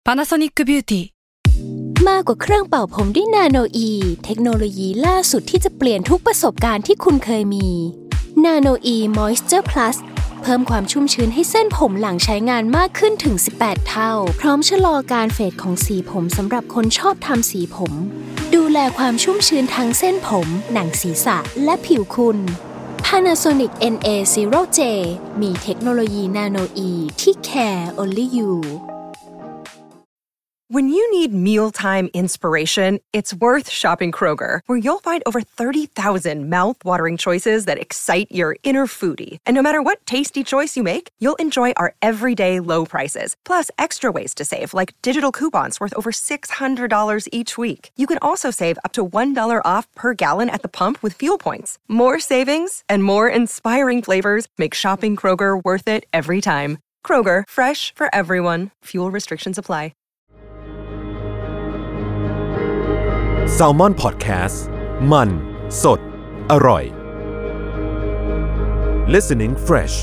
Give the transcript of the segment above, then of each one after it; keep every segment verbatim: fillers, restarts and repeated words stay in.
Panasonic Beauty มากกว่าเครื่องเป่าผมด้วยนาโนอีเทคโนโลยีล่าสุดที่จะเปลี่ยนทุกประสบการณ์ที่คุณเคยมีนาโนอีมอยส์เจอร์พลัสเพิ่มความชุ่มชื้นให้เส้นผมหลังใช้งานมากขึ้นถึงสิบแปดเท่าพร้อมชะลอการเฟดของสีผมสำหรับคนชอบทำสีผมดูแลความชุ่มชื้นทั้งเส้นผมหนังศีรษะและผิวคุณ Panasonic เอ็น เอ ศูนย์ เจ มีเทคโนโลยีนาโนอีที่ care only you When you need mealtime inspiration, it's worth shopping Kroger, where you'll find over thirty thousand mouth-watering choices that excite your inner foodie. And no matter what tasty choice you make, you'll enjoy our everyday low prices, plus extra ways to save, like digital coupons worth over six hundred dollars each week. You can also save up to one dollar off per gallon at the pump with fuel points. More savings and more inspiring flavors make shopping Kroger worth it every time. Kroger, fresh for everyone. Fuel restrictions apply. Salmon Podcast มันสดอร่อย Listening Fresh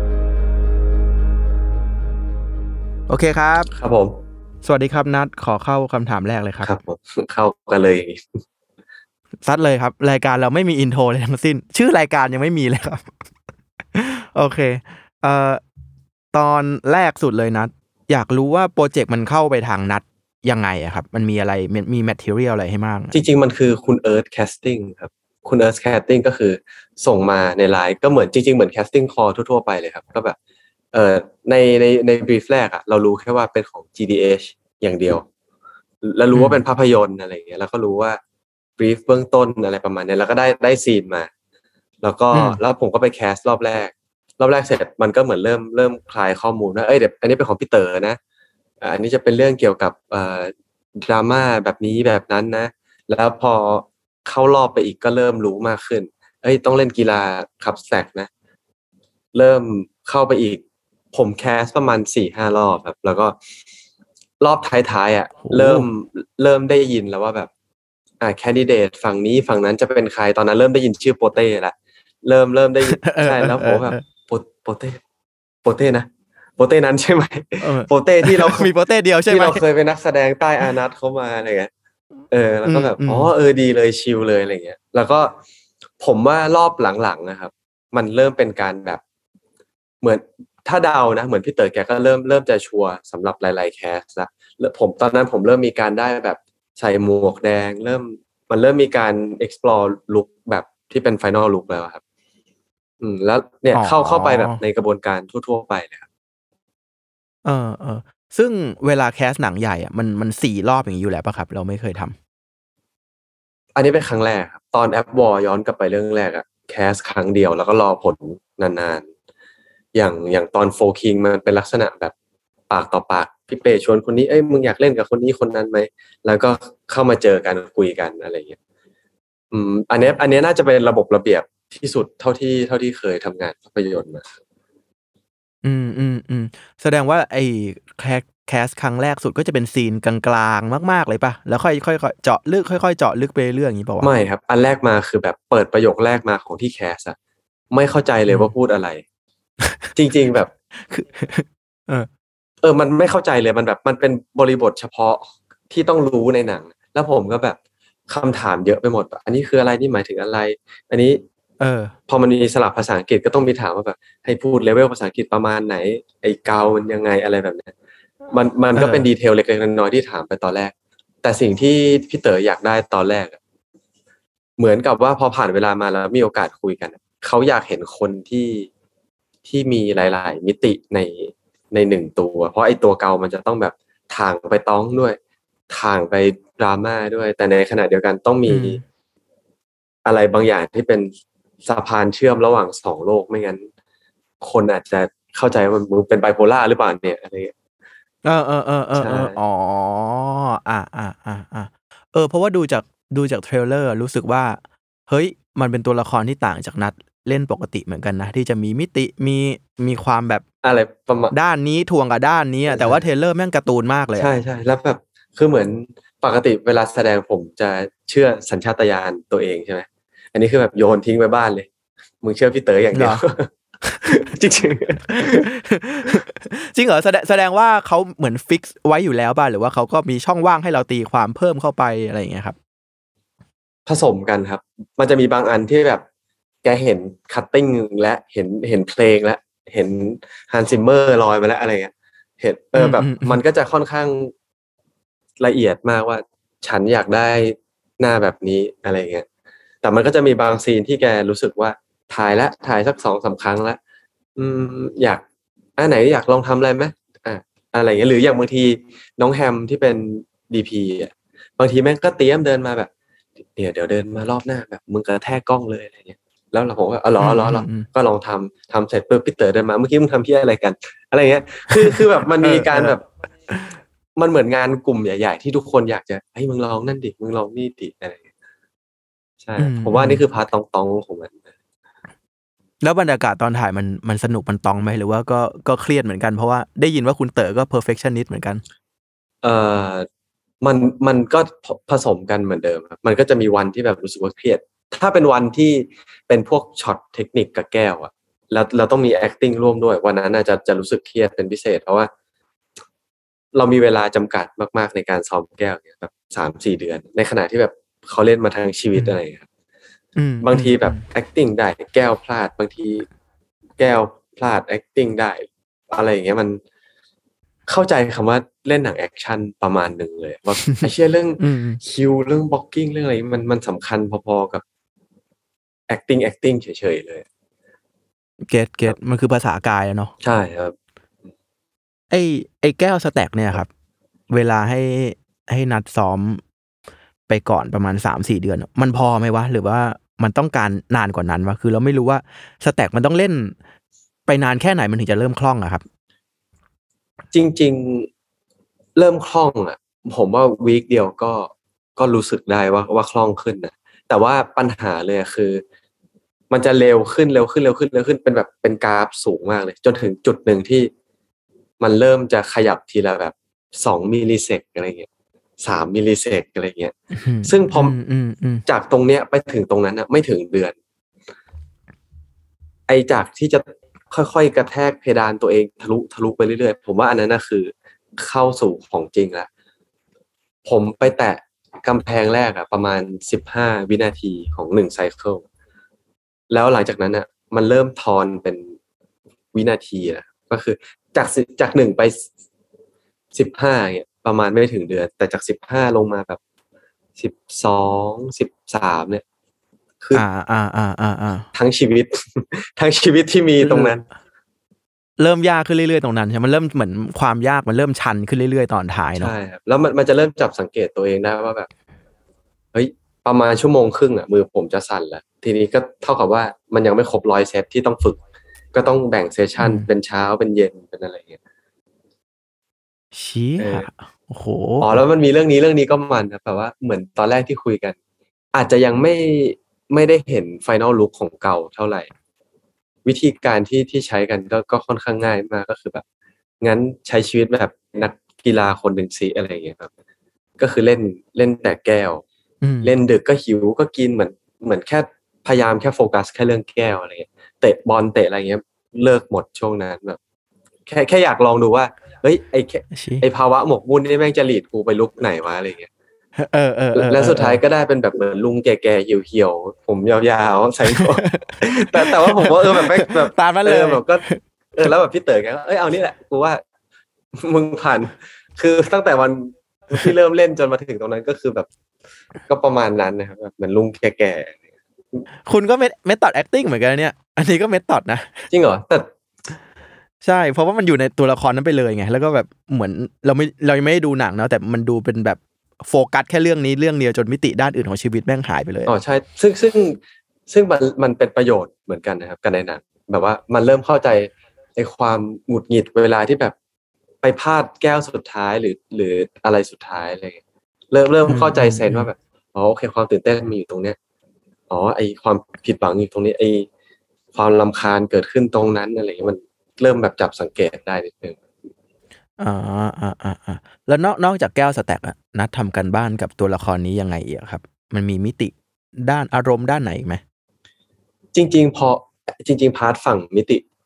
โอเคครับครับผมสวัสดีครับนัทขอเข้าคำถามแรกเลยครับครับผมเข้ากันเลยซัดเลยครับรายการเราไม่มีอินโทรเลยทั้งสิ้นชื่อรายการยังไม่มีเลยครับ โอเคเอ่อตอนแรกสุดเลยนัทอยากรู้ว่าโปรเจกต์มันเข้าไปทางนัทยังไงอะครับมันมีอะไรมี material อะไรให้มั่งจริงๆมันคือคุณเอิร์ธแคสติ้งครับคุณเอิร์ธแคสติ้งก็คือส่งมาในไลน์ก็เหมือนจริงๆเหมือนแคสติ้งคอลทั่วๆไปเลยครับก็แบบเอ่อในในในบรีฟแรกอะเรารู้แค่ว่าเป็นของ จี ดี เอช อย่างเดียวแล้วรู้ว่าเป็นภาพยนตร์อะไรอย่างเงี้ยแล้วก็รู้ว่าบรีฟเบื้องต้นอะไรประมาณนี้แล้วก็ได้ได้ซีนมาแล้วก็แล้วผมก็ไปแคสรอบแรกรอบแรกเสร็จมันก็เหมือนเริ่มเริ่มคลายข้อมูลว่าเอ้ยเดี๋ยวอันนี้เป็นของพี่เต๋อนะอันนี้จะเป็นเรื่องเกี่ยวกับเอ่อดราม่าแบบนี้แบบนั้นนะแล้วพอเข้ารอบไปอีกก็เริ่มรู้มากขึ้นเอ้ยต้องเล่นกีฬาคับแซกนะเริ่มเข้าไปอีกผมแคสประมาณ สี่ห้า รอบครับแล้วก็รอบท้ายๆอ่ะเริ่มเริ่มได้ยินแล้วว่าแบบอ่าแคนดิเดตฝั่งนี้ฝั่งนั้นจะเป็นใครตอนนั้นเริ่มได้ยินชื่อโปเต้ละเริ่มเริ่มได้ใช่แล้วผมแบบโปเต้โปเต้นะโปเต้นั้นใช่ไหมโปเต้ที่เรามีโปเต้เดียวใช่ไหมที่เราเคยเป็นนักแสดงใต้อานัทเข้ามาอะไรเงี้ยเออแล้วก็แบบอ๋อเออดีเลยชิลเลยอะไรเงี้ยแล้วก็ผมว่ารอบหลังๆนะครับมันเริ่มเป็นการแบบเหมือนถ้าเดานะเหมือนพี่เต๋อแกก็เริ่มเริ่มจะชัวร์สำหรับหลายๆแคสละแล้วผมตอนนั้นผมเริ่มมีการได้แบบใส่หมวกแดงเริ่มมันเริ่มมีการ explore look แบบที่เป็น final look แล้วครับอืมแล้วเนี่ยเข้าเข้าไปแบบในกระบวนการทั่วๆไปเลยครับเออเออซึ่งเวลาแคสหนังใหญ่อ่ะมันมันสี่รอบอย่างนี้อยู่แล้วป่ะครับเราไม่เคยทำอันนี้เป็นครั้งแรกครับตอนแอปวอร์ย้อนกลับไปเรื่องแรกอะแคสครั้งเดียวแล้วก็รอผลนานๆอย่างอย่างตอนโฟคิงมันเป็นลักษณะแบบปากต่อปากพี่เป้ชวนคนนี้เอ้ยมึงอยากเล่นกับคนนี้คนนั้นไหมแล้วก็เข้ามาเจอกันคุยกันอะไรอย่างเงี้ยอืมอันนี้อันนี้น่าจะเป็นระบบระเบียบที่สุดเท่าที่เท่าที่เคยทำงานภาพยนตร์มาอืมอืมอืมแสดงว่าไอ้แคสแคสครั้งแรกสุดก็จะเป็นซีนกลางๆมากๆเลยป่ะแล้วค่อยค่อยเจาะลึกค่อยๆเจาะลึกไปเรื่อยๆอย่างนี้ป่ะวะไม่ครับอันแรกมาคือแบบเปิดประโยคแรกมาของที่แคสอะไม่เข้าใจเลยว่าพูดอะไรจริงๆแบบเออเออมันไม่เข้าใจเลยมันแบบมันเป็นบริบทเฉพาะที่ต้องรู้ในหนังแล้วผมก็แบบคำถามเยอะไปหมดอันนี้คืออะไรนี่หมายถึงอะไรอันนี้เออพอมันมีสลับภาษาอังกฤษก็ต้องมีถามว่าแบบให้พูดเลเวลภาษาอังกฤษประมาณไหนไอ้เกามันยังไงอะไรแบบนี้มันมันก็เป็นดีเทลเล็กๆน้อยๆที่ถามไปตอนแรกแต่สิ่งที่พี่เต๋ออยากได้ตอนแรกเหมือนกับว่าพอผ่านเวลามาแล้วมีโอกาสคุยกันเขาอยากเห็นคนที่ที่มีหลายๆมิติในในหนึ่งตัวเพราะไอ้ตัวเกามันจะต้องแบบถ่างไปต้องด้วยถ่างไปดราม่าด้วยแต่ในขณะเดียวกันต้องมีอะไรบางอย่างที่เป็นสะพานเชื่อมระหว่างสองโลกไม่งั้นคนอาจจะเข้าใจว่ามึงเป็นไบโพล่าหรือเปล่าเนี่ยอะไรอย่างเงี้ยเออเออเออเอออ๋ออ่าอ่าอ่าอ่าเออเพราะว่าดูจากดูจากเทรลเลอร์รู้สึกว่าเฮ้ยมันเป็นตัวละครที่ต่างจากนัดเล่นปกติเหมือนกันนะที่จะมีมิติมีมีความแบบอะไรประมาณด้านนี้ทวงกับด้านนี้แต่ว่าเทรลเลอร์แม่งการ์ตูนมากเลยใช่ใช่แล้วแบบคือเหมือนปกติเวลาแสดงผมจะเชื่อสัญชาตญาณตัวเองใช่ไหมอันนี้คือแบบโยนทิ้งไปบ้านเลยมึงเชื่อพี่เต๋ออย่างเดียว จจริงจริงจริงเหรอแสดงแสดงว่าเขาเหมือนฟิกซ์ไว้อยู่แล้วป่ะหรือว่าเขาก็มีช่องว่างให้เราตีความเพิ่มเข้าไปอะไรอย่างเงี้ยครับผสมกันครับมันจะมีบางอันที่แบบแกเห็นคัตติ้งและเห็นเห็นเพลงและเห็นฮันซิมเมอร์ลอยมาแล้วอะไรเงี้ยเห็นเออแบบมันก็จะค่อนข้างละเอียดมากว่าฉันอยากได้หน้าแบบนี้อะไรเงี้ยแต่มันก็จะมีบางซีนที่แกรู้สึกว่าถ่ายละถ่ายสักสองสามครั้งละอืมอยากอันไหนอยากลองทำอะไรไหมอ่ะอะไรเงี้ยหรืออย่างบางทีน้องแฮมที่เป็น ดี พี อ่ะบางทีแม่งก็เตรียมเดินมาแบบเดี๋ยวเดี๋ยวเดินมารอบหน้าแบบมึงกระแทกกล้องเลยอะไรเงี้ยแล้วเราผมว่าอ๋อเหรอเหรอเหรอก็ลองทำทำเสร็จปุ๊บพี่เต๋อเดินมาเมื่อกี้มึงทำเพี้ยอะไรกันอะไรเงี้ยคือคือแบบมันมีการแบบมันเหมือนงานกลุ่มใหญ่ๆที่ทุกคนอยากจะเฮ้ยมึงลองนั่นดิมึงลองนี่ดิอะไรเงี้ยใช่ผมว่านี่คือพาร์ทตองๆของมันแล้วบรรยากาศตอนถ่ายมันมันสนุกมันตองไหมหรือว่าก็ก็เครียดเหมือนกันเพราะว่าได้ยินว่าคุณเต๋อก็ perfectionist เหมือนกันเอ่อมันมันก็ผสมกันเหมือนเดิมครับมันก็จะมีวันที่แบบรู้สึกว่าเครียดถ้าเป็นวันที่เป็นพวกช็อตเทคนิคกับแก้วอะแล้วเราต้องมี acting ร่วมด้วยวันนั้นน่าจะจะรู้สึกเครียดเป็นพิเศษเพราะว่าเรามีเวลาจำกัดมากๆในการซ้อมแก้วเนี่ยแบบสามสี่เดือนในขณะที่แบบเขาเล่นมาทั้งชีวิตอะไรครับบางทีแบบ acting ได้แก้วพลาดบางทีแก้วพลาด acting ได้อะไรอย่างเงี้ยมันเข้าใจคำว่าเล่นหนังแอคชั่นประมาณหนึ่งเลยว่าไอ้เชี่ยเรื่องคิวเรื่องบล็อกกิ้งเรื่องอะไรมันมันสำคัญพอๆกับ acting acting เฉยๆเลยเก็ตเก็ตมันคือภาษากายเนาะใช่ครับไอ้ไอ้แก้วสแต็กเนี่ยครับเวลาให้ให้นัดซ้อมไปก่อนประมาณ สามสี่ เดือนมันพอไหมวะหรือว่ามันต้องการนานกว่านั้นวะคือเราไม่รู้ว่าสแต็กมันต้องเล่นไปนานแค่ไหนมันถึงจะเริ่มคล่องอะครับจริงๆเริ่มคล่องอ่ะผมว่าวีคเดียวก็ก็รู้สึกได้ว่าว่าคล่องขึ้นนะแต่ว่าปัญหาเลยคือมันจะเร็วขึ้นเร็วขึ้นเร็วขึ้นเร็วขึ้นเป็นแบบเป็นกราฟสูงมากเลยจนถึงจุดหนึ่งที่มันเริ่มจะขยับทีละแบบสองมิลลิเซกอะไรเงี้ยสามมิลลิเซกอะไรเงี้ยซึ่งพอจากตรงเนี้ยไปถึงตรงนั้นนะไม่ถึงเดือนไอจากที่จะค่อยๆกระแทกเพดานตัวเองทะลุทะลุไปเรื่อยๆผมว่าอันนั้นน่ะคือเข้าสู่ของจริงแล้วผมไปแตะกำแพงแรกอะประมาณสิบห้าวินาทีของหนึ่งไซเคิลแล้วหลังจากนั้นอะมันเริ่มทอนเป็นวินาทีนะก็คือจากจากหนึ่งไปสิบห้าเนี่ยประมาณไม่ถึงเดือนแต่จากสิบห้าลงมาแบบสิบสองสิบสามเนี่ยคืออ่าอ่าอ่าอ่าอ่าทั้งชีวิตทั้งชีวิตที่มีตรงนั้นเริ่มยากขึ้นเรื่อยๆตรงนั้นใช่มันเริ่มเหมือนความยากมันเริ่มชันขึ้นเรื่อยๆตอนท้ายเนาะใช่ครับแล้วมันมันจะเริ่มจับสังเกตตัวเองได้ว่าแบบเฮ้ยประมาณชั่วโมงครึ่งอ่ะมือผมจะสั่นแล้วทีนี้ก็เท่ากับว่ามันยังไม่ครบร้อยเซตที่ต้องฝึกก็ต้องแบ่งเซสชั่นเป็นเช้าเป็นเย็นเป็นอะไรอย่างเงี้ยเชี่ยโอ้โหอ๋อแล้วมันมีเรื่องนี้เรื่องนี้ก็มันนะแบบว่าเหมือนตอนแรกที่คุยกันอาจจะยังไม่ไม่ได้เห็นไฟนอลลุคของเก่าเท่าไหร่วิธีการที่ที่ใช้กันก็ก็ค่อนข้างง่ายมากก็คือแบบงั้นใช้ชีวิตแบบนักกีฬาคนหนึ่งสิอะไรอย่างเงี้ยครับก็คือเล่นเล่นแต่แก้วเล่นดึกก็หิวก็กินเหมือนเหมือนแค่พยายามแค่โฟกัสแค่เรื่องแก้วอะไรเงี้ยเตะบอลเตะอะไรเงี้ยเลิกหมดช่วงนั้นแบบแค่แค่อยากลองดูว่าเฮ้ยไอ้ไอ้ภาวะหมกมุ่นนี่แม่งจะหลีดกูไปลุกไหนวะอะไรเงี้ยเออเออแล้วสุดท้ายก็ได้เป็นแบบเหมือนลุงแก่ๆเหี่ยวๆผมยาวๆใส่หัวแต่แต่ว่าผมว่าเออแบบแบบตามมาเลยแบบก็เออแล้วแบบพี่เต๋อแกก็เอ้ยเอานี่แหละกูว่ามึงผ่านคือตั้งแต่วันที่เริ่มเล่นจนมาถึงตรงนั้นก็คือแบบก็ประมาณนั้นนะครับแบบเหมือนลุงแก่ๆคุณก็เมทอดแอคติ้งเหมือนกันเนี่ยอันนี้ก็เมทอดนะจริงเหรอแต่ใช่เพราะว่ามันอยู่ในตัวละครนั้นไปเลยไงแล้วก็แบบเหมือนเราไม่เรายังไม่ได้ดูหนังเนาะแต่มันดูเป็นแบบโฟกัสแค่เรื่องนี้เรื่องเดียวจนมิติด้านอื่นของชีวิตแม่งหายไปเลยอ๋อใช่ซึ่งซึ่งซึ่งมันมันเป็นประโยชน์เหมือนกันนะครับกันในหนังแบบว่ามันเริ่มเข้าใจไอ้ความหงุดหงิดเวลาที่แบบไปพลาดแก้วสุดท้ายหรือหรืออะไรสุดท้ายอะไรเริ่มเริ่มเข้าใจเซนว่าแบบอ๋อโอเคความตื่นเต้นมีอยู่ตรงเนี้ยอ๋อไอ้ความผิดหวังอยู่ตรงนี้ไอ้ความรำคาญเกิดขึ้นตรงนั้นอะไรอย่างเงี้ยมันเริ่มแบบจับสังเกตได้นิดนึงอ่าอ่าอ่าอ่าแล้วนอกนอกจากแก้วสแต็กอะนัดทำกันบ้านกับตัวละครนี้ยังไงอีกครับมันมีมิติด้านอารมณ์ด้านไหนอีกไหมจริงๆพอจริงๆพาร์ทฝั่งมิติ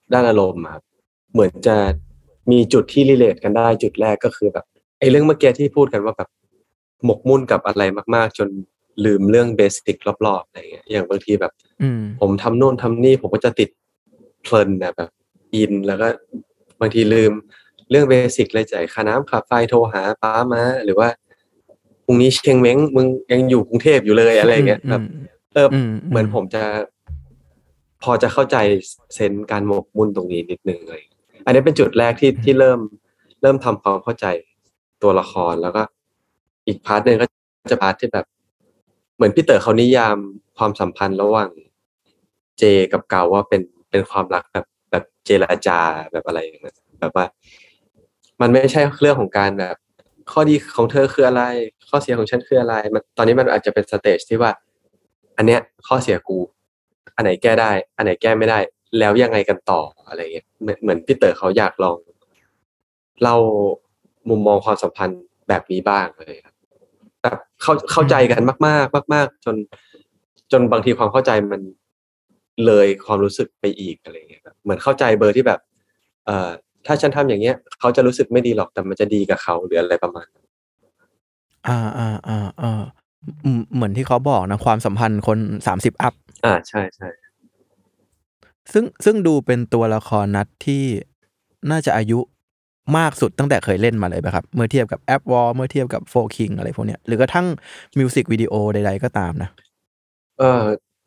ด้านอารมณ์ครับเหมือนจะมีจุดที่รีเลทกันได้จุดแรกก็คือแบบไอ้เรื่องเมื่อกี้ที่พูดกันว่าแบบหมกมุ่นกับอะไรมากๆจนลืมเรื่องเบสิกรอบๆอะไรเงี้ยอย่างบางทีแบบผมทำโน่นทำนี่ผมก็จะติดเพลินนะแบบอินแล้วก็บางทีลืมเรื่องเบสิกเลยจ่ายค่าน้ำค่าไฟโทรหาป้ามาหรือว่าพรุ่งนี้เชียงเม้งมึงยังอยู่กรุงเทพอยู่เลยอะไรเงี้ยแบบเออเหมือนผมจะพอจะเข้าใจเซนส์การหมกมุ่นตรงนี้นิดนึงเลยอันนี้เป็นจุดแรกที่ที่เริ่มเริ่มทำความเข้าใจตัวละครแล้วก็อีกพาร์ทนึงก็จะพาร์ทที่แบบเหมือนพี่เต๋อเขานิยามความสัมพันธ์ระหว่างเจกับเกาว่าเป็นเป็นความรักแบบแบบเจรจาแบบอะไรอย่างเงี้ยแบบว่ามันไม่ใช่เรื่องของการแบบข้อดีของเธอคืออะไรข้อเสียของฉันคืออะไรมันตอนนี้มันอาจจะเป็นสเตจที่ว่าอันเนี้ยข้อเสียกูอันไหนแก้ได้อันไหนแก้ไม่ได้แล้วยังไงกันต่ออะไรเงี้ยเหมือนเหมือนพี่เต๋อเขาอยากลองเล่ามุมมองความสัมพันธ์แบบนี้บ้างเลยครับแบบเข้าเข้าใจกันมากๆมากๆจนจนบางทีความเข้าใจมันเลยความรู้สึกไปอีกอะไรเงี้ยครับเหมือนเข้าใจเบอร์ที่แบบเอ่อถ้าฉันทำอย่างเงี้ยเขาจะรู้สึกไม่ดีหรอกแต่มันจะดีกับเขาหรืออะไรประมาณนั้นอ่าอ่าอ่าอ่าเหมือนที่เขาบอกนะความสัมพันธ์คนสามสิบอัพอ่าใช่ใช่ซึ่งซึ่งดูเป็นตัวละครนัดที่น่าจะอายุมากสุดตั้งแต่เคยเล่นมาเลยป่ะครับเมื่อเทียบกับแอปวอลเมื่อเทียบกับโฟร์คิงอะไรพวกเนี้ยหรือกระทั่งมิวสิกวิดีโอใดๆก็ตามนะเออ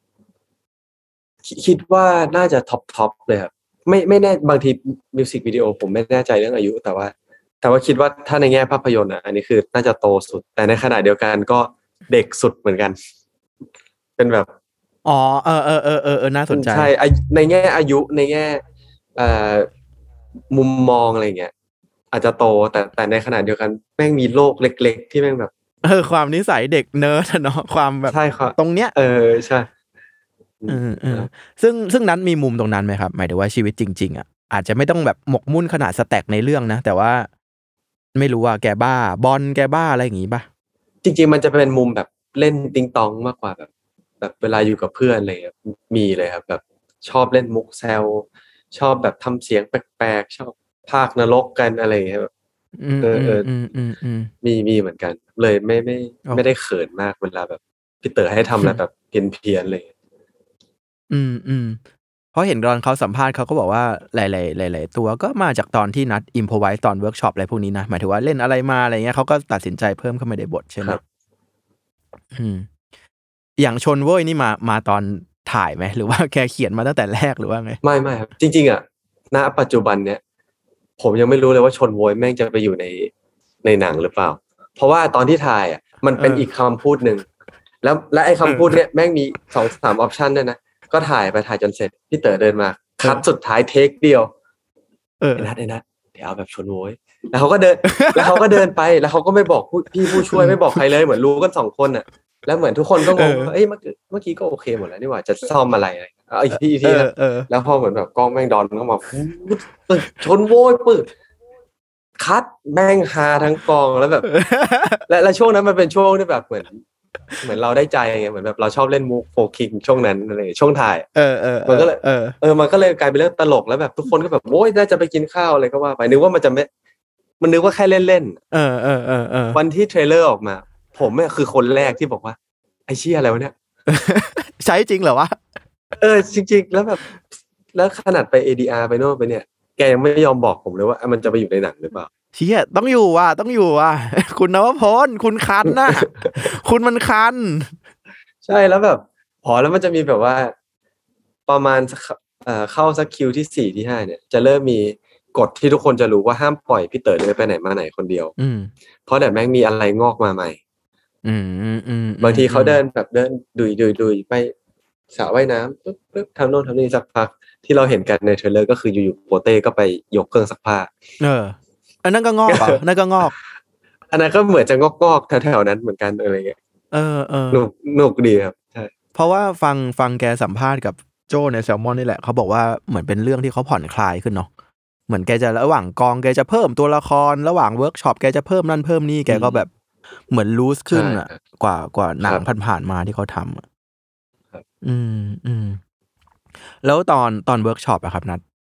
คิดว่าน่าจะท็อปท็อปเลยครับไม่ไม่แน่บางทีมิวสิกวิดีโอผมไม่แน่ใจเรื่องอายุแต่ว่าแต่ว่าคิดว่าถ้าในแง่ภาพยนตร์อ่ะอันนี้คือน่าจะโตสุดแต่ในขณะเดียวกันก็เด็กสุดเหมือนกันเป็นแบบอ๋อเออเออเออเออเออน่าสนใจใช่ในแง่อายุในแง่เอ่อมุมมองอะไรเงี้ยอาจจะโตแต่แต่ในขณะเดียวกันแม่งมีโลกเล็กๆที่แม่งแบบเออความนิสัยเด็กเนิร์ดเนาะความแบบใช่ครับตรงเนี้ยเออใช่เออเออซึ่งซึ่งนั้นมีมุมตรงนั้นไหมครับหมายถึงว่าชีวิตจริงๆอ่ะอาจจะไม่ต้องแบบหมกมุ่นขนาดสแต็กในเรื่องนะแต่ว่าไม่รู้ว่าแกบ้าบอลแกบ้าอะไรอย่างงี้ป่ะจริงๆมันจะเป็นมุมแบบเล่นติงตองมากกว่าแบบแบบเวลาอยู่กับเพื่อนอะไรเงี้ยมีเลยครับแบบชอบเล่นมุกแซวชอบแบบทำเสียงแปลกๆชอบพากย์นรกกันอะไรเงี้ยแบบอืมเออเอออืมอืมอืมอืมมีมีเหมือนกันเลยไม่ไม่ไม่ได้โอเขินมากเวลาแบบพี่เต๋อให้ทำอะไรแบบเพี้ยนๆเลยอืมอืมเพราะเห็นตอนเขาสัมภาษณ์เขาก็บอกว่าหลายๆหลายๆตัวก็มาจากตอนที่นัดอิมพอไว้ตอนเวิร์กช็อปอะไรพวกนี้นะหมายถึงว่าเล่นอะไรมาอะไรเงี้ยเขาก็ตัดสินใจเพิ่มเข้ามาในบทใช่ไหมครับอืมอย่างชนโว้ยนี่มามาตอนถ่ายไหมหรือว่าแกเขียนมาตั้งแต่แรกหรือว่าไงไม่ไม่ครับจริงๆอ่ะณปัจจุบันเนี้ยผมยังไม่รู้เลยว่าชนโวยแม่งจะไปอยู่ในในหนังหรือเปล่าเพราะว่าตอนที่ถ่ายอ่ะมันเป็นอีกคำพูดหนึ่งแล้วและไอ้คำพูดเนี้ยแม่งมีสองสามออปชันด้วยนะก็ถ่ายไปถ่ายจนเสร็จพี่เต๋อเดินมาคัดสุดท้ายเทคเดียวเออไอ้นัทไอ้นัทเดี๋ยวเอาแบบชนโวยแล้วเขาก็เดินแล้วเขาก็เดินไปแล้วเขาก็ไม่บอกพี่ผู้ช่วยไม่บอกใครเลยเหมือนรู้กันสองคนอ่ะแล้วเหมือนทุกคนก็งงเอ้ยเมื่อกี้เมื่อกี้ก็โอเคหมดแล้วนี่หว่าจะซ่อมอะไรอะไรเอาอีกทีอีกทีนะแล้วพอเหมือนแบบกล้องแม่งดอนเข้ามาปึ๊ดชนโวยปึ๊ดคัดแม่งฮาทั้งกองแล้วแบบและและช่วงนั้นมันเป็นช่วงที่แบบเหมือนเหมือนเราได้ใจไงเหมือนแบบเราชอบเล่นมุกโฟคิงช่วงนั้นอะไรช่วงถ่ายเออเออมันก็เลยเออเออมันก็เลยกลายเป็นเรื่องตลกแล้วแบบทุกคนก็แบบโว้ยน่าจะไปกินข้าวอะไรก็ว่าไปนึกว่ามันจะไม่มันนึกว่าแค่เล่นๆเออเออเออเออๆวันที่เทรลเลอร์ออกมาผมเนี่ยคือคนแรกที่บอกว่าไอ้เชี่ยอะไรวะเนี่ยใช้จริงเหรอวะเออจริงๆแล้วแบบแล้วขนาดไป เอ ดี อาร์ ไปโน่นไปเนี่ยแกยังไม่ยอมบอกผมเลยว่ามันจะไปอยู่ในหนังหรือเปล่าเชี่ยต้องอยู่ว่ะต้องอยู่ว่ะคุณนวพลคุณคันน่ะคุณมันคันใช่แล้วแบบพอแล้วมันจะมีแบบว่าประมาณเอ่อเข้าสักคิวที่สี่ที่ห้าเนี่ยจะเริ่มมีกฎที่ทุกคนจะรู้ว่าห้ามปล่อยพี่เต๋อเดินไปไหนมาไหนคนเดียวอืมเพราะเดี๋ยวแม่งมีอะไรงอกมาใหม่อืมอืมอืมบางทีเขาเดินแบบเดินดุยดุยดุยไปสระว่ายน้ำปึ๊บปึ๊บทำโน่นทำนี่สักพักที่เราเห็นกันในเทรลเลอร์ก็คืออยู่ๆโปเต้ก็ไปยกเครื่องซักผ้าเอออันนั้นก็งอกเหรอนั่นก็งอกอันนั้นก็เหมือนจะงอกๆแถวๆนั้นเหมือนกันอะไรเงี้ยเออเออหนุกหนุกดีครับใช่เพราะว่าฟังฟังแกสัมภาษณ์กับโจ้ในแซลมอนนี่แหละเขาบอกว่าเหมือนเป็นเรื่องที่เขาผ่อนคลายขึ้นเนาะเหมือนแกจะระหว่างกองแกจะเพิ่มตัวละครระหว่างเวิร์กช็อปแกจะเพิ่มนั่นเพิ่มนี่แกก็แบบเหมือนลูสขึ้นอ่ะกว่ากว่าหนังผ่านๆมาที่เขาทำอ่ะอืมอืมแล้วตอนตอนเวิร์กช็อปอะครับนัด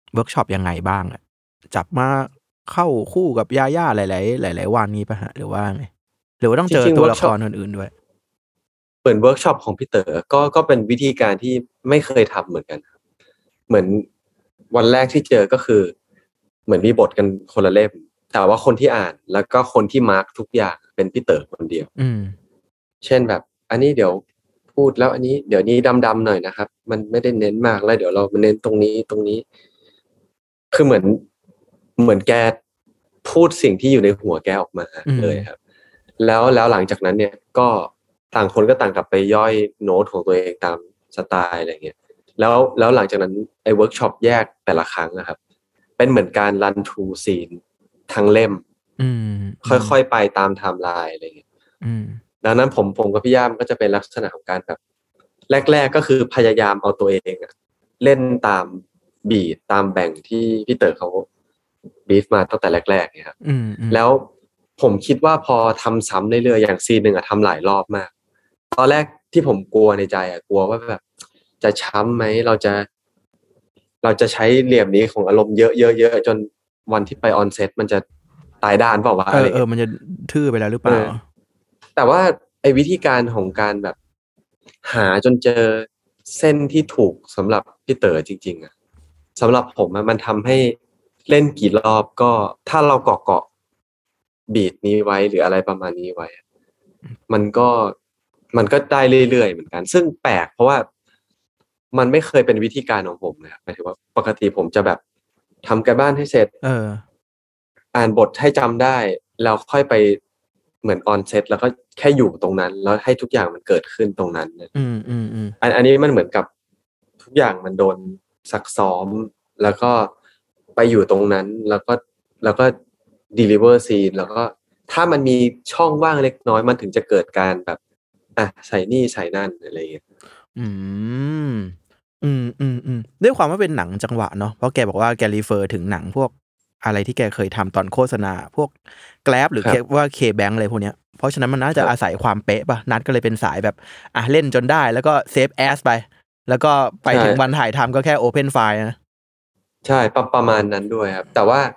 เวิร์กช็อปยังไงบ้างอ่ะจับมาเข้าคู่กับย่าย่าหลายๆหลายๆวันนี้ป่ะฮะหรือว่าไงหรือว่าต้องเจอตัวละครอื่นๆด้วยเหมือนเวิร์กช็อปของพี่เต๋อก็ก็เป็นวิธีการที่ไม่เคยทำเหมือนกันเหมือนวันแรกที่เจอก็คือเหมือนมีบทกันคนละเล่มแต่ว่าคนที่อ่านแล้วก็คนที่มาร์กทุกอย่างเป็นพี่เต๋อคนเดียวอืมเช่นแบบอันนี้เดี๋ยวพูดแล้วอันนี้เดี๋ยวนี้ดำๆหน่อยนะครับมันไม่ได้เน้นมากแล้วเดี๋ยวเรามาเน้นตรงนี้ตรงนี้คือเหมือนเหมือนแกพูดสิ่งที่อยู่ในหัวแกออกมาเลยครับแล้วแล้วหลังจากนั้นเนี่ยก็ต่างคนก็ต่างกลับไปย่อยโน้ตของตัวเองตามสไตล์อะไรเงี้ยแล้วแล้วหลังจากนั้นไอ้เวิร์กช็อปแยกแต่ละครั้งนะครับเป็นเหมือนการรันทรูซีนทั้งเล่มค่อยๆไปตามไทม์ไลน์อะไรเงี้ยดังนั้นผมผมกับพี่ย่ามก็จะเป็นลักษณะของการแบบแรกๆก็คือพยายามเอาตัวเองอะเล่นตามบีทตามแบ่งที่พี่เต๋อเขาบีฟมาตั้งแต่แรกๆเนี่ยครับแล้วผมคิดว่าพอทำซ้ำเรื่อยๆอย่างซีนหนึ่งอะทำหลายรอบมากตอนแรกที่ผมกลัวในใจอะกลัวว่าแบบจะช้ำไหมเราจะเราจะใช้เหลี่ยมนี้ของอารมณ์เยอะๆๆจนวันที่ไปออนเซ็ตมันจะตายด้านเปล่าวะอะไรเออๆมันจะทื่อไปแล้วหรือเปล่าแต่ว่าไอ้วิธีการของการแบบหาจนเจอเส้นที่ถูกสำหรับพี่เต๋อจริงๆอะสำหรับผมอะมันทำให้เล่นกี่รอบก็ถ้าเราเกาะเกาะบีทนี้ไว้หรืออะไรประมาณนี้ไว้มันก็มันก็ได้เรื่อยๆเหมือนกันซึ่งแปลกเพราะว่ามันไม่เคยเป็นวิธีการของผมนะครับหมายถึงว่าปกติผมจะแบบทำการบ้านให้เสร็จเอออ่านบทให้จำได้แล้วค่อยไปเหมือนออนเซ็ตแล้วก็แค่อยู่ตรงนั้นแล้วให้ทุกอย่างมันเกิดขึ้นตรงนั้นอืมอืมอืมอันอันนี้มันเหมือนกับทุกอย่างมันโดนซักซ้อมแล้วก็ไปอยู่ตรงนั้นแล้วก็แล้วก็ deliver scene แล้วก็ถ้ามันมีช่องว่างเล็กน้อยมันถึงจะเกิดการแบบอ่ะใส่นี่ใส่นั่นอะไรอย่างเงี้ยอืมอืมอืมอืมด้วยความว่าเป็นหนังจังหวะเนาะเพราะแกบอกว่าแกรีเฟอร์ถึงหนังพวกอะไรที่แกเคยทำตอนโฆษณาพวก Grab หรือว่า K-Bank อะไรพวกเนี้ยเพราะฉะนั้นมันน่าจะอาศัยความเป๊ะป่ะนัดก็เลยเป็นสายแบบอ่ะเล่นจนได้แล้วก็เซฟแอสไปแล้วก็ไปถึงวันถ่ายทำก็แค่ Open File นะใช่ประประมาณนั้นด้วยครับแต่ว่า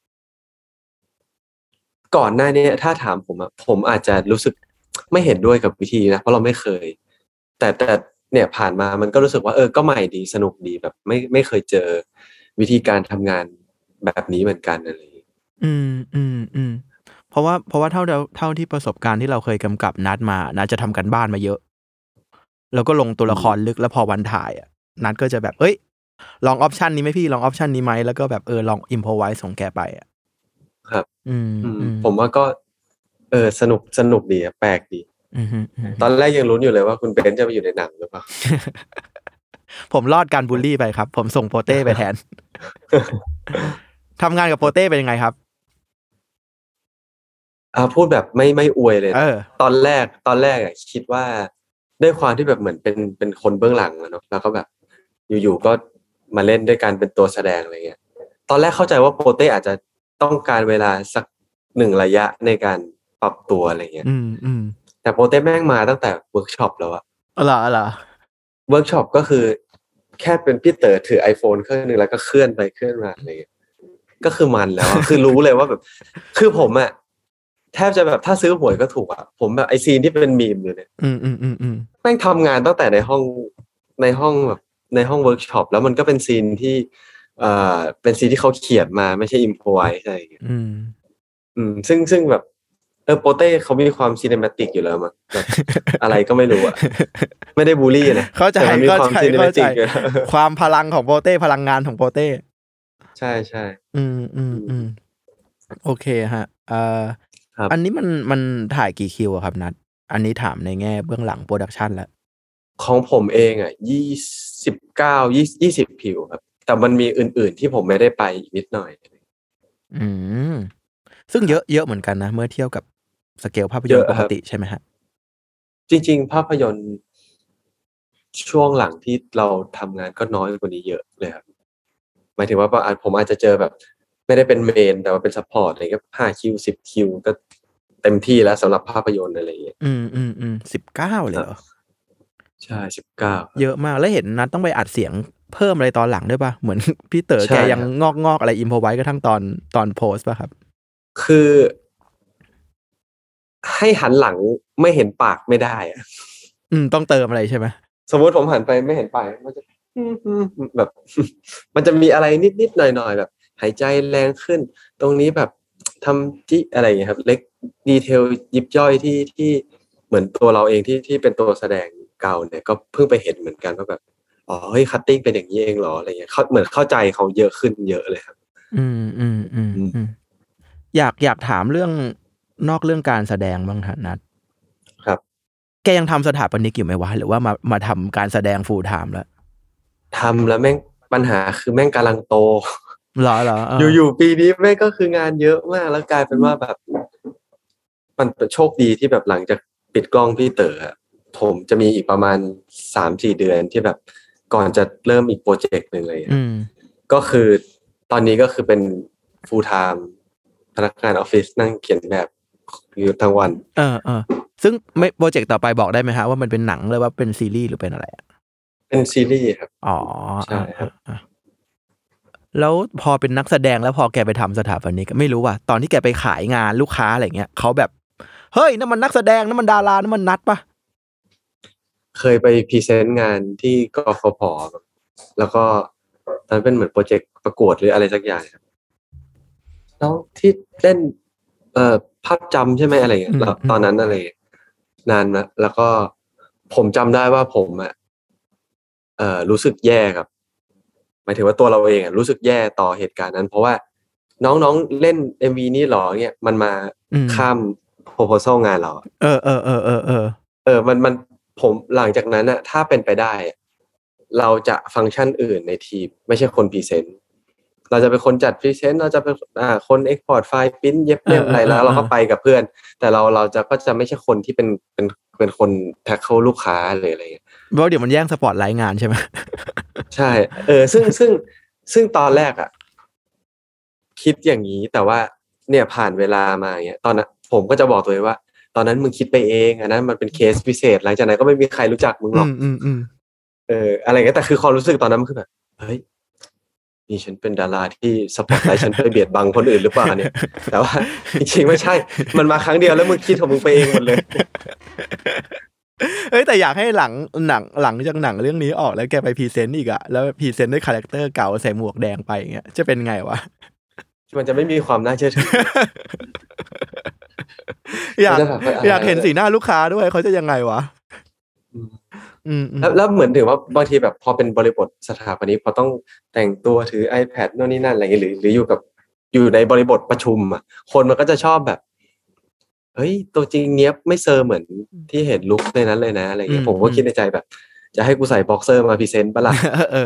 ก่อนหน้านี้ถ้าถามผมอะผมอาจจะรู้สึกไม่เห็นด้วยกับวิธีนะเพราะเราไม่เคยแต่แต่เนี่ยผ่านมามันก็รู้สึกว่าเออก็ใหม่ดีสนุกดีแบบไม่ไม่เคยเจอวิธีการทำงานแบบนี้เหมือนกันอะไรอย่างงี้อืมอืมอืมเพราะว่าเพราะว่าเท่าเท่าที่ประสบการณ์ที่เราเคยกำกับนัดมานัดจะทำกันบ้านมาเยอะแล้วก็ลงตัวละครลึกแล้วพอวันถ่ายอ่ะนัดก็จะแบบเอ้ยลองออปชันนี้ไหมพี่ลองออปชันนี้ไหมแล้วก็แบบเออลองอิมพอไว้ส่งแกไปอ่ะครับอืมอืมอืมผมว่าก็เออสนุกสนุกดีอะแปลกดีอืมอืมตอนแรกยังลุ้นอยู่เลยว่าคุณเบนจะไปอยู่ในหนังหรือเปล่าผมรอดการบูลลี่ไปครับผมส่งโปเต้ไปแทน ทำงานกับโปเต้เป็นยังไงครับอ่าพูดแบบไม่ไม่อวยเลยเอนะอตอนแรกตอนแรกอ่ะคิดว่าด้วยความที่แบบเหมือนเป็นเป็นคนเบื้องหลังอะเนาะแล้วก็แบบอยู่ๆก็มาเล่นด้วยกันเป็นตัวแสดงอะไรเงี้ยตอนแรกเข้าใจว่าโปเต้อาจจะต้องการเวลาสักหนึ่งระยะในการปรับตัวอะไรเงี้ยอืมอืมแต่โปเต้แม่งมาตั้งแต่เวิร์กช็อปแล้วอะอ๋อเหรออ๋อเหรอเวิร์กช็อปก็คือแค่เป็นพี่เต๋อถือ iPhone เครื่องนึงแล้วก็เคลื่อนไปเคลื่อนมาอะไรเงี้ยก็คือมันแล้วอะคือรู้เลยว่าแบบคือผมอะ แทบจะแบบถ้าซื้อหวยก็ถูกอ่ะผมแบบไอซีนที่เป็นมีมอยู่เนี่ยอืมอืมอืมอืมแม่งทำงานตั้งแต่ในห้องในห้องแบบในห้องเวิร์กช็อปแล้วมันก็เป็นซีนที่เอ่อเป็นซีนที่เขาเขียนมาไม่ใช่อิมพอไวส์อะไรอย่างเงี้ยอืมอืมซึ่งซึ่งแบบเออโปเต้เขามีความซีเนมาติกอยู่แล้วมั้งแบบอะไรก็ไม่รู้อ่ะไม่ได้บูลลี่นะเข้าใจแต่มันมีความเข้าใจซีเนมาเข้าใจติกอยู่แล้วความพลังของโปเต้พลังงานของโปเต้ใช่ใช่อืมอืมอืมอืมโอเคฮะเอ่อครับอันนี้มันมันถ่ายกี่คิวอะครับนัดอันนี้ถามในแง่เบื้องหลังโปรดักชันแล้วของผมเองอ่ะยี่สิบเก้ายี่ยี่สิบผิวครับแต่มันมีอื่นๆที่ผมไม่ได้ไปอีกนิดหน่อยอืมซึ่งเยอะครับเยอะเหมือนกันนะเมื่อเทียบกับสเกลภาพยนตร์ปกเยอะครับติใช่ไหมฮะจริงๆภาพยนตร์ช่วงหลังที่เราทำงานก็น้อยกว่านี้เยอะเลยครับหมายถึงว่าอาจผมอาจจะเจอแบบไม่ได้เป็นเมนแต่ว่าเป็นซัพพอร์ตอะไรก็ห้าคิวสิบคิวก็เต็มที่แล้วสำหรับภาพยนตร์อะไรอย่างเงี้ยอืมอืมอืมสิบเก้าเลยครับเหรอใช่สิบเก้าครับเยอะมากแล้วเห็นนัดต้องไปอัดเสียงเพิ่มอะไรตอนหลังด้วยป่ะเหมือนพี่เต๋อแกยังงอกงอกอะไรอิมพอไว้กระทั่งตอนตอนโพสป่ะครับคือให้หันหลังไม่เห็นปากไม่ได้อ่ะอืมต้องเติมอะไรใช่ไหมสมมติผมหันไปไม่เห็นปากมันจะแบบมันจะมีอะไรนิดๆหน่อยๆแบบหายใจแรงขึ้นตรงนี้แบบทำที่อะไรอย่างเงี้ยครับเล็กดีเทลยิบย่อยที่ที่เหมือนตัวเราเองที่ที่เป็นตัวแสดงเก่าเนี่ยก็เพิ่งไปเห็นเหมือนกันว่าแบบอ๋อเฮ้ยคัตติ้งเป็นอย่างนี้เองเหรออะไรเงี้ยเขาเหมือนเข้าใจเขาเยอะขึ้นเยอะเลยครับอืมอืมอืมอืมอยากอยากถามเรื่องนอกเรื่องการแสดงบ้างค่ะนัทครับแกยังทำสถาปนิกอยู่ไหมวะหรือว่ามามาทำการแสดงฟูลไทม์แล้วทำแล้วแม่งปัญหาคือแม่งกำลังโตเหรอเหรออยู่ๆปีนี้แม่งก็คืองานเยอะมากแล้วกลายเป็นว่าแบบมันโชคดีที่แบบหลังจากปิดกล้องพี่เต๋อผมจะมีอีกประมาณ สามถึงสี่ เดือนที่แบบก่อนจะเริ่มอีกโปรเจกต์นึงเลยก็คือตอนนี้ก็คือเป็น full time พนักงานออฟฟิศนั่งเขียนแบบอยู่ทั้งวันเออเออซึ่งไม่โปรเจกต์ต่อไปบอกได้ไหมฮะว่ามันเป็นหนังเลยว่าเป็นซีรีส์หรือเป็นอะไรเป็นซีรีส์ครับอ๋อใช่ครับแล้วพอเป็นนักแสดงแล้วพอแกไปทำสถาปนิกไม่รู้ว่าตอนที่แกไปขายงานลูกค้าอะไรเงี้ยเขาแบบเฮ้ยนั่นมันนักแสดงนั่นมันดารานั่นมันนัดปะเคยไปพรีเซนต์งานที่กฟผแล้วก็ตอนเป็นเหมือนโปรเจกต์ประกวดหรืออะไรสักอย่างครับแล้วที่เล่นเอ่อภาพจำใช่ไหมอะไรเงี้ยแล้วตอนนั้นอะไรนานนะแล้วก็ผมจำได้ว่าผมอ่ะเอ่อรู้สึกแย่ครับหมายถึงว่าตัวเราเองอ่ะรู้สึกแย่ต่อเหตุการณ์นั้นเพราะว่าน้องๆเล่น เอ็ม วี นี่หรอเงี้ยมันมาข้าม proposal งานเราเออเออเออเออเออเออมันมันผมหลังจากนั้นอ่ะถ้าเป็นไปได้เราจะฟังก์ชันอื่นในทีมไม่ใช่คนพรีเซนต์เราจะเป็นคนจัดพรีเซนต์เราจะเป็นอ่าคนเอ็กพอร์ตไฟล์พิมพ์เย็บเล่มอะไรแล้วเราก็ไปกับเพื่อนแต่เราเราจะก็จะไม่ใช่คนที่เป็นเป็นเป็นคนแท็กเกิลลูกค้าเลยอะไรอย่างเงี้ยเพราะเดี๋ยวมันแย่งสปอตไลท์งานใช่ไหมใช่เออซึ่งซึ่งซึ่งตอนแรกอ่ะคิดอย่างนี้แต่ว่าเนี่ยผ่านเวลามาอย่างเงี้ยตอนนั้นผมก็จะบอกตัวเองว่าตอนนั้นมึงคิดไปเองอันนั้นมันเป็นเคสพิเศษหลังจากนั้นก็ไม่มีใครรู้จักมึงหรอกอืมอืมเอออะไรเงี้ยแต่คือความรู้สึกตอนนั้นมันคือแบบเฮ้ยนี่ฉันเป็นดาราที่สปอตไลท์ฉันไปเบียดบังคนอื่นหรือเปล่าเนี่ยแต่ว่าจริงๆไม่ใช่มันมาครั้งเดียวแล้วมึงคิดของมึงไปเองหมดเลยเอ้ยแต่อยากให้หลังหนังหลังจากหนังเรื่องนี้ออกแล้วแกไปพรีเซนต์อีกอะแล้วพรีเซนต์ด้วยคาแรคเตอร์เก่าใส่หมวกแดงไปอย่างเงี้ยจะเป็นไงวะมันจะไม่มีความน่าเชื่อถืออยากอยากเห็นสีหน้าลูกค้าด้วยเขาจะยังไงวะแล้วแล้วเหมือนถึงว่าบางทีแบบพอเป็นบริบทสถาปนิกพอต้องแต่งตัวถือ iPad โน่นนี่นั่นอะไรอย่างเงี้ยหรือหรืออยู่กับอยู่ในบริบทประชุมอ่ะคนมันก็จะชอบแบบเฮ้ยตัวจริงเนี้ยไม่เซอร์เหมือนที่เห็นลุคในนั้นเลยนะอะไรเงี้ยผมก็คิดในใจแบบจะให้กูใส่บ็อกเซอร์มาพรีเซนต์ปะล่ะ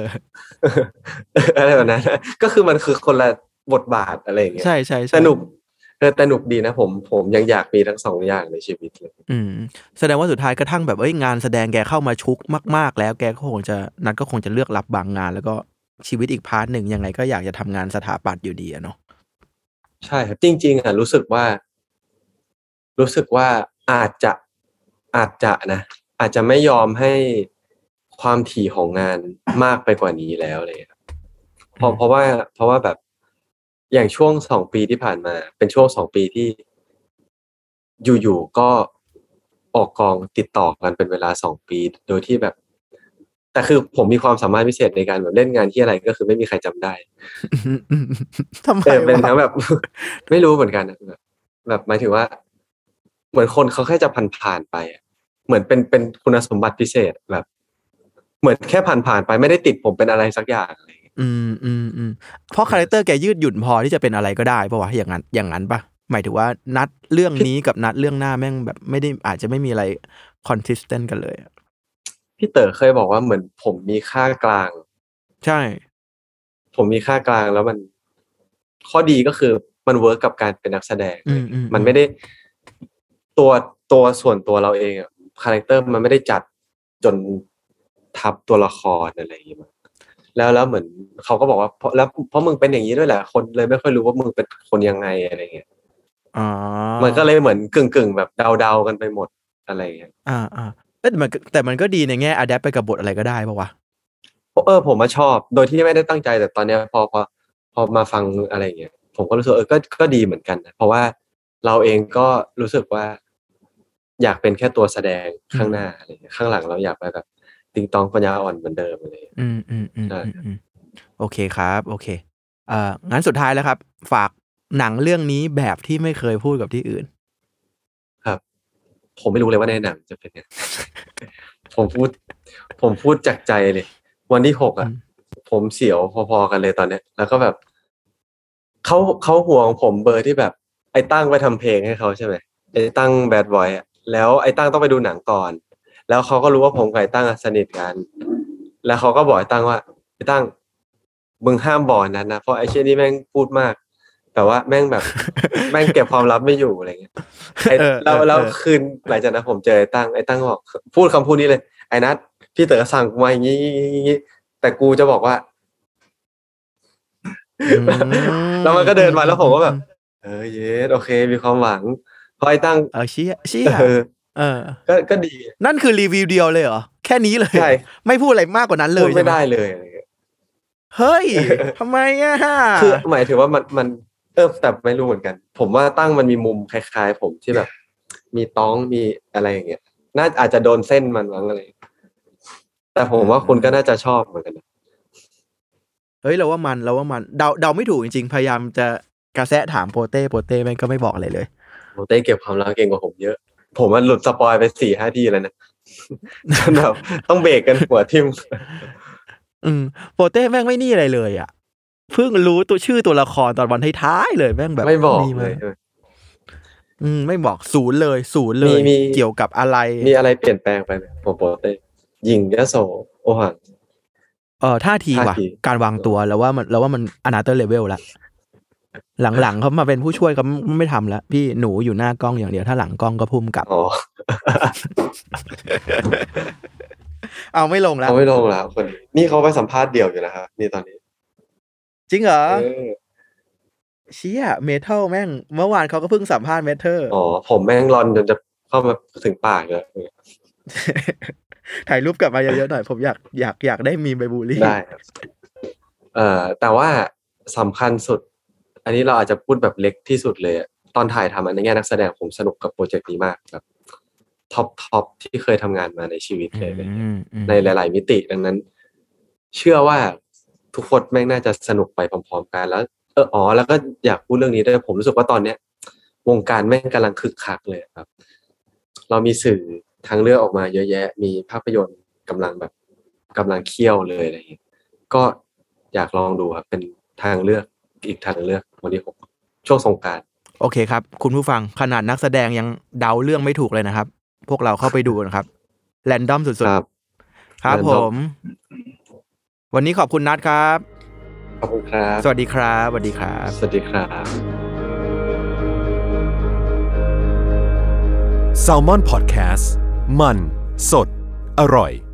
อะไรแบบนั้นก็คือมันคือคนละบทบาทอะไรอย่างเงี้ยใช่ใช่สนุกเออแต่หนุกดีนะผมผมยังอยากมีทั้งสองอย่างในชีวิตเลยอืมแสดงว่าสุดท้ายกระทั่งแบบเอ้ยงานแสดงแกเข้ามาชุกมากๆแล้วแกก็คงจะนัดก็คงจะเลือกรับบางงานแล้วก็ชีวิตอีกพาร์ทหนึ่งยังไงก็อยากจะทำงานสถาปัตย์อยู่ดีอะเนาะใช่ครับจริงๆอ่ะรู้สึกว่ารู้สึกว่าอาจจะอาจจะนะอาจจะไม่ยอมให้ความถี่ของงานมากไปกว่านี้แล้วเลยครับเพราะเพราะว่าเพราะว่าแบบอย่างช่วงสองปีที่ผ่านมาเป็นช่วงสองปีที่อยู่ๆก็ออกกองติดต่อกันเป็นเวลาสองปีโดยที่แบบแต่คือผมมีความสามารถพิเศษในการแบบเล่นงานที่อะไรก็คือไม่มีใครจำได้ทำไมเป็นทั้งแบบไม่รู้เหมือนกันแบบแบบหมายถึงว่าเหมือนคนเขาแค่จะผ่านๆไปเหมือนเป็นเป็นคุณสมบัติพิเศษแบบเหมือนแค่ผ่านๆไปไม่ได้ติดผมเป็นอะไรสักอย่างอะไรอืมอืมอืมเพราะคาแรคเตอร์แกยืดหยุ่นพอที่จะเป็นอะไรก็ได้ป่ะวะอย่างนั้นอย่างนั้นป่ะหมายถึงว่านัดเรื่องนี้กับนัดเรื่องหน้าแม่งแบบไม่ได้อาจจะไม่มีอะไรคอนสิสเทนต์กันเลยพี่เต๋อเคยบอกว่าเหมือนผมมีค่ากลางใช่ผมมีค่ากลางแล้วมันข้อดีก็คือมันเวิร์กกับการเป็นนักแสดงมันไม่ได้ตัวตัวส่วนตัวเราเองอะคาแรคเตอร์มันไม่ได้จัดจนทับตัวละครอะไรอย่างเงี้ยแล้วแล้วเหมือนเขาก็บอกว่าเพราะแล้วเพราะมึงเป็นอย่างนี้ด้วยแหละคนเลยไม่ค่อยรู้ว่ามึงเป็นคนยังไงอะไรเงี้ยอ๋อมันก็เลยเหมือนกึ่งกึ่งแบบเดาๆกันไปหมดอะไรเงี้ยอ่าอ่าแต่มันแต่มันก็ดีในแง่อะแดปไปกับบทอะไรก็ได้ป่ะวะโเออผมมาชอบโดยที่ไม่ได้ตั้งใจแต่ตอนเนี้ยพอพอพอมาฟังอะไรอย่างเงี้ยผมก็รู้สึกเออก็ก็ดีเหมือนกันนะเพราะว่าเราเองก็รู้สึกว่าอยากเป็นแค่ตัวแสดงข้างหน้าอะไรอย่างเงี้ยข้างหลังเราอยากไปแบบติงตองปัญญาอ่อนเหมือนเดิมอะไรอย่างเงี้ยอืมอืมอืมใช่อืมโอเคครับโอเคเอ่องั้นสุดท้ายแล้วครับฝากหนังเรื่องนี้แบบที่ไม่เคยพูดกับที่อื่นครับผมไม่รู้เลยว่าในหนังจะเป็นยังไง ผมพูดผมพูดจากใจเลยวันที่หกอ่ะผมเสียวพอๆกันเลยตอนเนี้ยแล้วก็แบบเขาเขาห่วงผมเบอร์ที่แบบไอ้ตั้งไปทำเพลงให้เขาใช่ไหมไอ้ตั้งแบดบอยอ่ะแล้วไอ้ตั้งต้องไปดูหนังก่อนแล้วเขาก็รู้ว่าผมกับไอ้ตั้งสนิทกันแล้วเขาก็บอกไอ้ตั้งว่าไอ้ตั้งมึงห้ามบอกนั้นนะเพราะไอ้เช่นนี้แม่งพูดมากแต่ว่าแม่งแบบแม่งเก็บความลับไม่อยู่อะไรเงี้ยไอ้แล้วแล้วคืนหลังจากนั้นผมเจอไอ้ตั้งไอ้ตั้งบอกพูดคำพูดนี้เลยไอ้นัทพี่เต๋อสั่งกูมาอย่างงี้แต่กูจะบอกว่าแล้วมันก็เดินมาแล้วผมก็แบบเออเยสโอเคมีความหวังพอไอ้ตั้งเออเชี่ยเชี่ยเออก็ก็ดีนั่นคือรีวิวเดียวเลยเหรอแค่นี้เลยใช่ไม่พูดอะไรมากกว่านั้นเลยไม่ได้เลยเฮ้ยทำไมอ่ะคือหมายถึงว่ามันมันเออแต่ไม่รู้เหมือนกันผมว่าตั้งมันมีมุมคล้ายๆผมที่แบบมีต้องมีอะไรอย่างเงี้ยน่าอาจจะโดนเส้นมันมั้งอะไรแต่ผมว่าคุณก็น่าจะชอบเหมือนกันเฮ้ยเราว่ามันเราว่ามันเดาเดาไม่ถูกจริงๆพยายามจะกระแสถามโปเต้โปเต้แม่งก็ไม่บอกอะไรเลยโปเต้เก็บความลับเก่งกว่าผมเยอะผมมันหลุดสปอยไปสี่ห้าทีแล้วนะจนแบบต้องเบรกกันหัวทิ่มอืมโปเต้แม่งไม่นี่อะไรเลยอ่ะเพิ่งรู้ตัวชื่อตัวละครตอนวันท้ายๆเลยแม่งแบบไม่บอกเลยอืมไม่บอกศูนย์เลยศูนย์เลยเกี่ยวกับอะไรมีอะไรเปลี่ยนแปลงไปไหมผมโปเต้ยิงยโสโอหังเออท่าทีว่ะการวางตัวแล้วว่ามันแล้วว่ามัน another level ละหลังๆเขามาเป็นผู้ช่วยเขาไม่ทำแล้วพี่หนูอยู่หน้ากล้องอย่างเดียวถ้าหลังกล้องก็พุ่มกลับอ๋อเอาไม่ลงแล้วเอาไม่ลงแล้วคนนี่เขาไปสัมภาษณ์เดี่ยวอยู่นะครับนี่ตอนนี้จริงเหรอเชี่ยเมทัลแม่งเมื่อวานเขาก็เพิ่งสัมภาษณ์เมทัลอ๋อผมแม่งรอนจนจะเข้ามาถึงปากเลยถ่ายรูปกลับมาเยอะๆหน่อยผมอยากอยากอยากได้มีใบบูลลี่ได้เอ่อแต่ว่าสำคัญสุดอันนี้เราอาจจะพูดแบบเล็กที่สุดเลยตอนถ่ายทำอันในแง่นักแสดงผมสนุกกับโปรเจกต์นี้มากแบบท็อปท็อปที่เคยทำงานมาในชีวิตเลยในหลายๆมิติดังนั้นเชื่อว่าทุกคนแม่งน่าจะสนุกไปพร้อมๆกันแล้วเอออ๋อแล้วก็อยากพูดเรื่องนี้ด้วยผมรู้สึกว่าตอนเนี้ยวงการแม่งกำลังคึกคักเลยครับเรามีสื่อทางเลือกออกมาเยอะแยะมีภาพยนตร์กำลังแบบกำลังเคี่ยวเลยอะไรอย่างเงี้ยก็อยากลองดูครับเป็นทางเลือกอีกทางเลือกวันที่หกช่วงสงกรานต์โอเคครับคุณผู้ฟังขนาดนักแสดงยังเดาเรื่องไม่ถูกเลยนะครับพวกเราเข้าไปดูนะครับแรนดอมสุดๆครับครับผมวันนี้ขอบคุณนัทครับขอบคุณครับสวัสดีครับสวัสดีครับสวัสดีครับ Salmon Podcast มันสดอร่อย